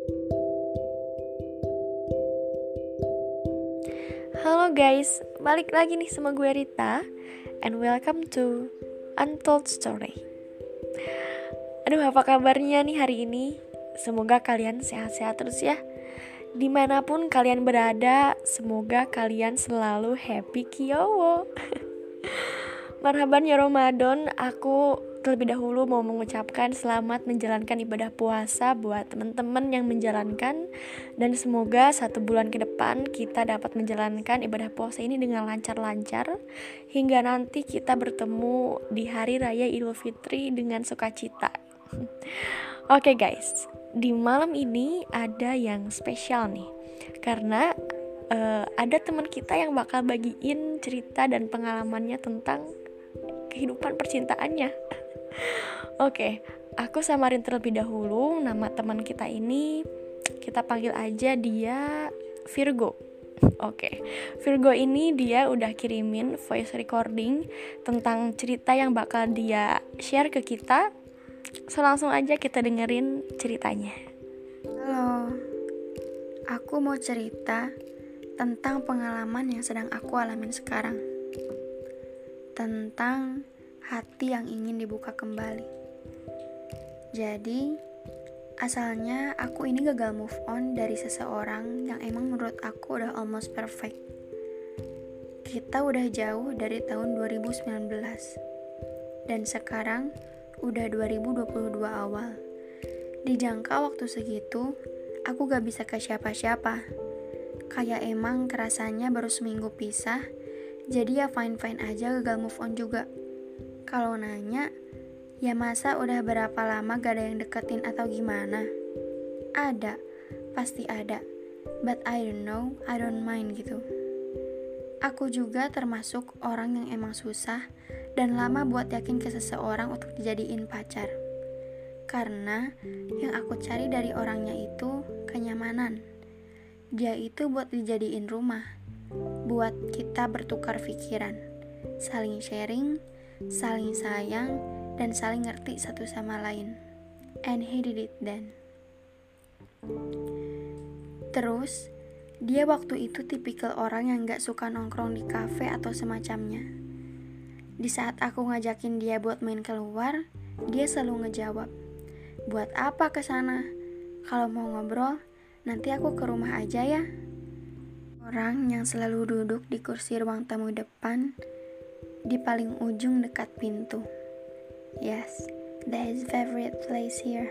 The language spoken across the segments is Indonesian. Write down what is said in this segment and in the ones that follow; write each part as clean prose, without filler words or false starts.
Halo guys, balik lagi nih sama gue Rita, and welcome to Untold Story. Aduh, apa kabarnya nih hari ini? Semoga kalian sehat-sehat terus ya. Dimanapun kalian berada, semoga kalian selalu happy kiowo. Marhaban ya Ramadan, aku terlebih dahulu mau mengucapkan selamat menjalankan ibadah puasa buat teman-teman yang menjalankan. Dan semoga 1 bulan ke depan kita dapat menjalankan ibadah puasa ini dengan lancar-lancar, hingga nanti kita bertemu di Hari Raya Idul Fitri dengan sukacita. Oke guys, di malam ini ada yang spesial nih, karena ada teman kita yang bakal bagiin cerita dan pengalamannya tentang kehidupan percintaannya. Oke, aku samarin terlebih dahulu. Nama teman kita ini kita panggil aja dia Virgo. Oke, Virgo ini dia udah kirimin voice recording tentang cerita yang bakal dia share ke kita. So langsung aja kita dengerin ceritanya. Halo, aku mau cerita tentang pengalaman yang sedang aku alamin sekarang. Tentang hati yang ingin dibuka kembali. Jadi, asalnya aku ini gagal move on dari seseorang yang emang menurut aku udah almost perfect. Kita udah jauh dari tahun 2019. Dan sekarang udah 2022 awal. Di jangka waktu segitu, aku gak bisa ke siapa-siapa. Kayak emang kerasanya baru seminggu pisah, jadi ya fine-fine aja gagal move on juga. Kalau nanya, ya masa udah berapa lama gak ada yang deketin atau gimana? Ada, pasti ada. But I don't know, I don't mind gitu. Aku juga termasuk orang yang emang susah dan lama buat yakin ke seseorang untuk dijadiin pacar. Karena yang aku cari dari orangnya itu kenyamanan. Dia itu buat dijadiin rumah, buat kita bertukar pikiran, saling sharing, saling sayang, dan saling ngerti satu sama lain. And he did it then. Terus, dia waktu itu tipikal orang yang gak suka nongkrong di kafe atau semacamnya. Di saat aku ngajakin dia buat main keluar, dia selalu ngejawab, "Buat apa ke sana? Kalau mau ngobrol, nanti aku ke rumah aja ya." Orang yang selalu duduk di kursi ruang tamu depan, di paling ujung dekat pintu. Yes, that is favorite place here.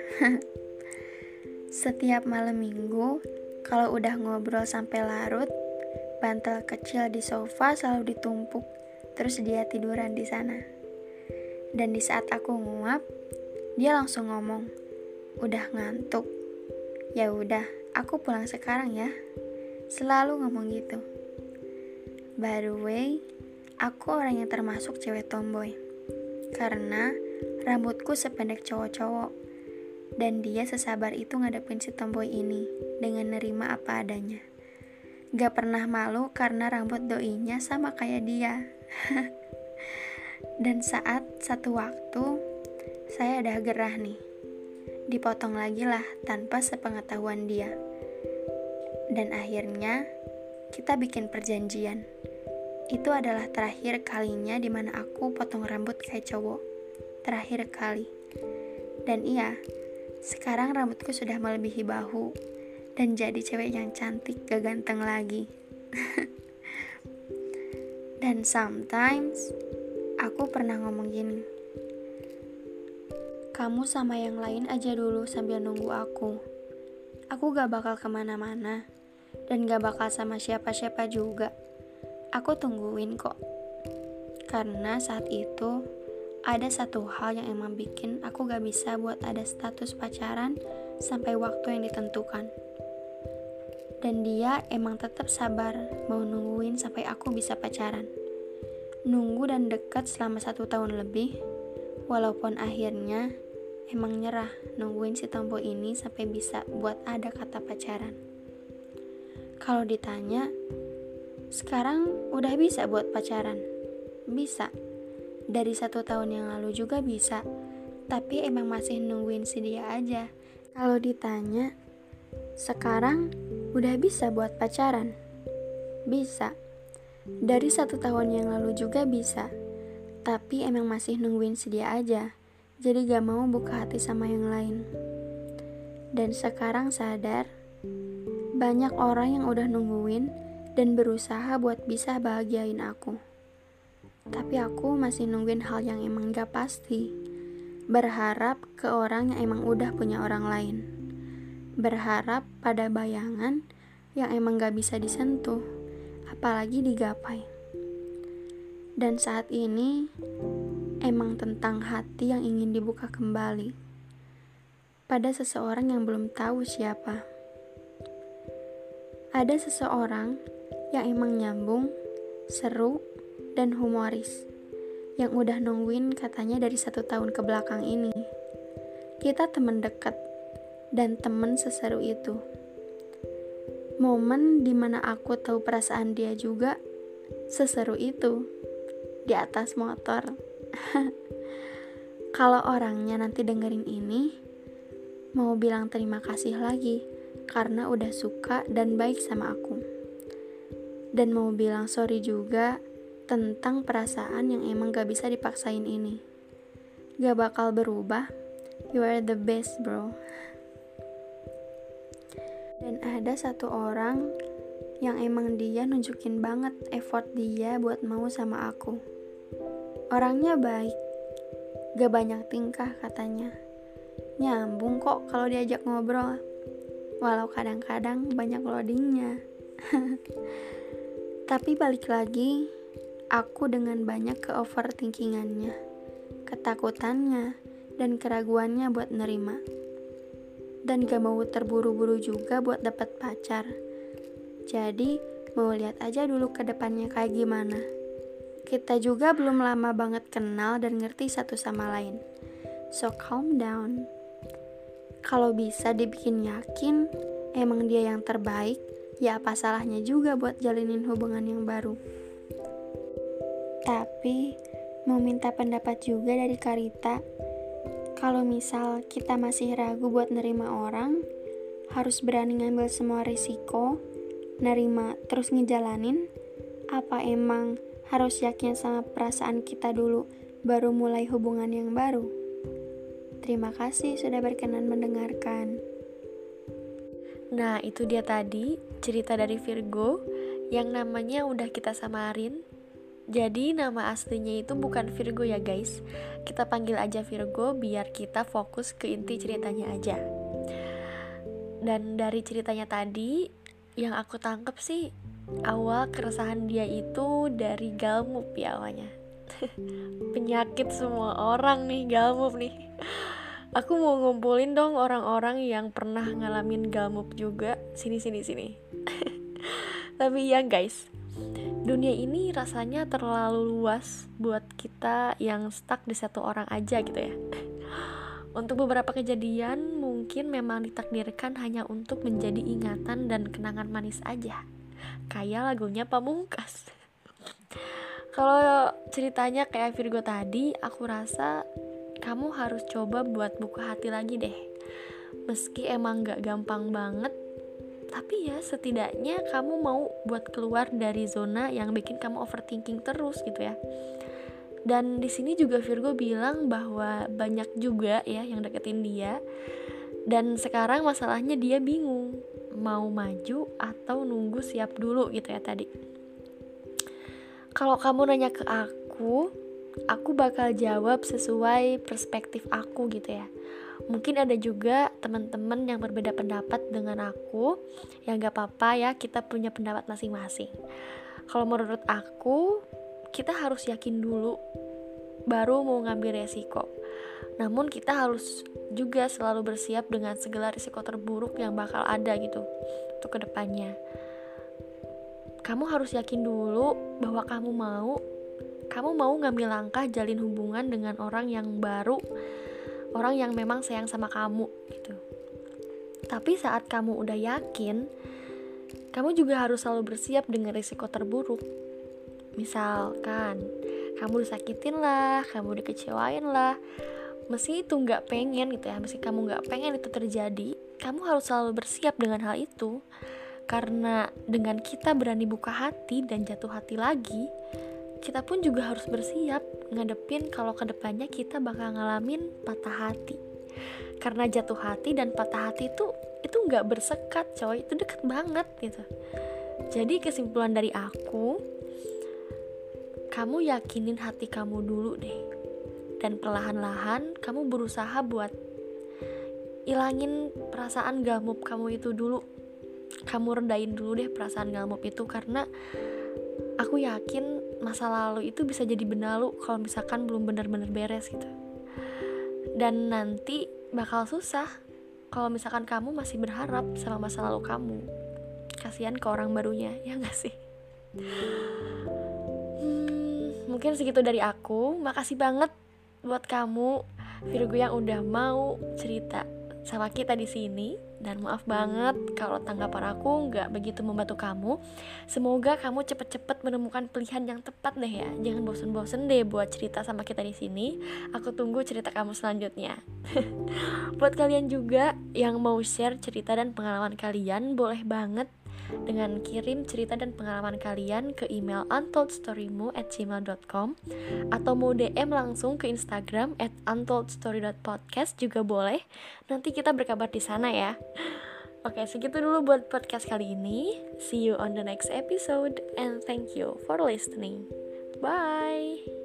Setiap malam minggu, kalau udah ngobrol sampai larut, bantal kecil di sofa selalu ditumpuk, terus dia tiduran di sana. Dan di saat aku nguap, dia langsung ngomong, "Udah ngantuk? Ya udah, aku pulang sekarang ya." Selalu ngomong gitu. By the way, aku orang yang termasuk cewek tomboy. Karena rambutku sependek cowok-cowok. Dan dia sesabar itu ngadepin si tomboy ini dengan nerima apa adanya. Gak pernah malu karena rambut doinya sama kayak dia. Dan saat satu waktu, saya udah gerah nih. Dipotong lagi lah tanpa sepengetahuan dia. Dan akhirnya kita bikin perjanjian. Itu adalah terakhir kalinya dimana aku potong rambut kayak cowok. Terakhir kali. Dan iya, sekarang rambutku sudah melebihi bahu dan jadi cewek yang cantik gak ganteng lagi. Dan sometimes aku pernah ngomong gini, "Kamu sama yang lain aja dulu sambil nunggu aku. Aku gak bakal kemana-mana dan gak bakal sama siapa-siapa juga. Aku tungguin kok." Karena saat itu ada satu hal yang emang bikin aku gak bisa buat ada status pacaran sampai waktu yang ditentukan. Dan dia emang tetap sabar mau nungguin sampai aku bisa pacaran. Nunggu dan dekat selama 1 tahun lebih, walaupun akhirnya emang nyerah nungguin si tomboy ini sampai bisa buat ada kata pacaran. Kalau ditanya, sekarang udah bisa buat pacaran? Bisa. Dari 1 tahun yang lalu juga bisa. Tapi emang masih nungguin si dia aja. Kalau ditanya, Sekarang udah bisa buat pacaran. Bisa. Dari 1 tahun yang lalu juga bisa. Tapi emang masih nungguin sedia aja. Jadi gak mau buka hati sama yang lain. Dan sekarang sadar, banyak orang yang udah nungguin dan berusaha buat bisa bahagiain aku. Tapi aku masih nungguin hal yang emang gak pasti. Berharap ke orang yang emang udah punya orang lain. Berharap pada bayangan yang emang gak bisa disentuh, apalagi digapai. Dan saat ini emang tentang hati yang ingin dibuka kembali pada seseorang yang belum tahu siapa. Ada seseorang yang emang nyambung, seru, dan humoris, yang udah nungguin katanya dari 1 tahun ke belakang ini. Kita teman dekat dan teman seseru itu. Momen dimana aku tahu perasaan dia juga seseru itu, di atas motor. Kalau orangnya nanti dengerin ini, mau bilang terima kasih lagi karena udah suka dan baik sama aku. Dan mau bilang sorry juga tentang perasaan yang emang gak bisa dipaksain ini. Gak bakal berubah. You are the best, bro. Dan ada satu orang yang emang dia nunjukin banget effort dia buat mau sama aku. Orangnya baik, gak banyak tingkah katanya. Nyambung kok kalau diajak ngobrol, walau kadang-kadang banyak loadingnya. Tapi balik lagi, aku dengan banyak ke-overthinkingannya, ketakutannya, dan keraguannya buat nerima. Dan gak mau terburu-buru juga buat dapat pacar. Jadi mau lihat aja dulu ke depannya kayak gimana. Kita juga belum lama banget kenal dan ngerti satu sama lain. So calm down. Kalau bisa dibikin yakin emang dia yang terbaik, ya apa salahnya juga buat jalinin hubungan yang baru. Tapi mau minta pendapat juga dari Karita. Kalau misal kita masih ragu buat nerima orang, harus berani ngambil semua risiko, nerima terus ngejalanin, apa emang harus yakin sama perasaan kita dulu baru mulai hubungan yang baru? Terima kasih sudah berkenan mendengarkan. Nah, itu dia tadi cerita dari Virgo yang namanya udah kita samarin. Jadi nama aslinya itu bukan Virgo ya guys. Kita panggil aja Virgo biar kita fokus ke inti ceritanya aja. Dan dari ceritanya tadi, yang aku tangkep sih awal keresahan dia itu dari galmup ya awalnya. Penyakit semua orang nih, galmup nih. Aku mau ngumpulin dong orang-orang yang pernah ngalamin galmup juga. Sini. Tapi ya guys, dunia ini rasanya terlalu luas buat kita yang stuck di satu orang aja gitu ya. Untuk beberapa kejadian mungkin memang ditakdirkan hanya untuk menjadi ingatan dan kenangan manis aja. Kayak lagunya Pamungkas. Kalau ceritanya kayak Virgo tadi, aku rasa kamu harus coba buat buka hati lagi deh. Meski emang gak gampang banget, tapi ya setidaknya kamu mau buat keluar dari zona yang bikin kamu overthinking terus gitu ya. Dan di sini juga Virgo bilang bahwa banyak juga ya yang deketin dia. Dan sekarang masalahnya dia bingung mau maju atau nunggu siap dulu gitu ya tadi. Kalau kamu nanya ke aku bakal jawab sesuai perspektif aku gitu ya. Mungkin ada juga teman-teman yang berbeda pendapat dengan aku. Ya gak apa-apa ya, kita punya pendapat masing-masing. Kalau menurut aku, kita harus yakin dulu baru mau ngambil resiko. Namun kita harus juga selalu bersiap dengan segala risiko terburuk yang bakal ada gitu untuk kedepannya. Kamu harus yakin dulu bahwa kamu mau ngambil langkah jalin hubungan dengan orang yang baru, orang yang memang sayang sama kamu gitu. Tapi saat kamu udah yakin, kamu juga harus selalu bersiap dengan risiko terburuk. Misalkan kamu disakitin lah, kamu dikecewain lah, meski itu gak pengen gitu ya, meski kamu gak pengen itu terjadi, kamu harus selalu bersiap dengan hal itu. Karena dengan kita berani buka hati dan jatuh hati lagi, kita pun juga harus bersiap ngadepin kalau kedepannya kita bakal ngalamin patah hati. Karena jatuh hati dan patah hati itu gak bersekat coy, itu deket banget gitu. Jadi kesimpulan dari aku, kamu yakinin hati kamu dulu deh. Dan perlahan-lahan kamu berusaha buat ilangin perasaan galmup kamu itu dulu. Kamu rendahin dulu deh perasaan galmup itu, karena aku yakin masa lalu itu bisa jadi benalu kalau misalkan belum benar-benar beres gitu. Dan nanti bakal susah kalau misalkan kamu masih berharap sama masa lalu kamu. Kasihan ke orang barunya, ya gak sih? Mungkin segitu dari aku. Makasih banget buat kamu Virgo yang udah mau cerita sama kita di sini. Dan maaf banget kalau tanggapan aku nggak begitu membantu kamu. Semoga kamu cepet-cepet menemukan pilihan yang tepat deh ya. Jangan bosen-bosen deh buat cerita sama kita di sini. Aku tunggu cerita kamu selanjutnya. Buat kalian juga yang mau share cerita dan pengalaman kalian, boleh banget dengan kirim cerita dan pengalaman kalian ke email untoldstorymu@gmail.com atau mau DM langsung ke Instagram @untoldstory.podcast juga boleh. Nanti kita berkabar di sana ya. Oke, segitu dulu buat podcast kali ini. See you on the next episode and thank you for listening. Bye.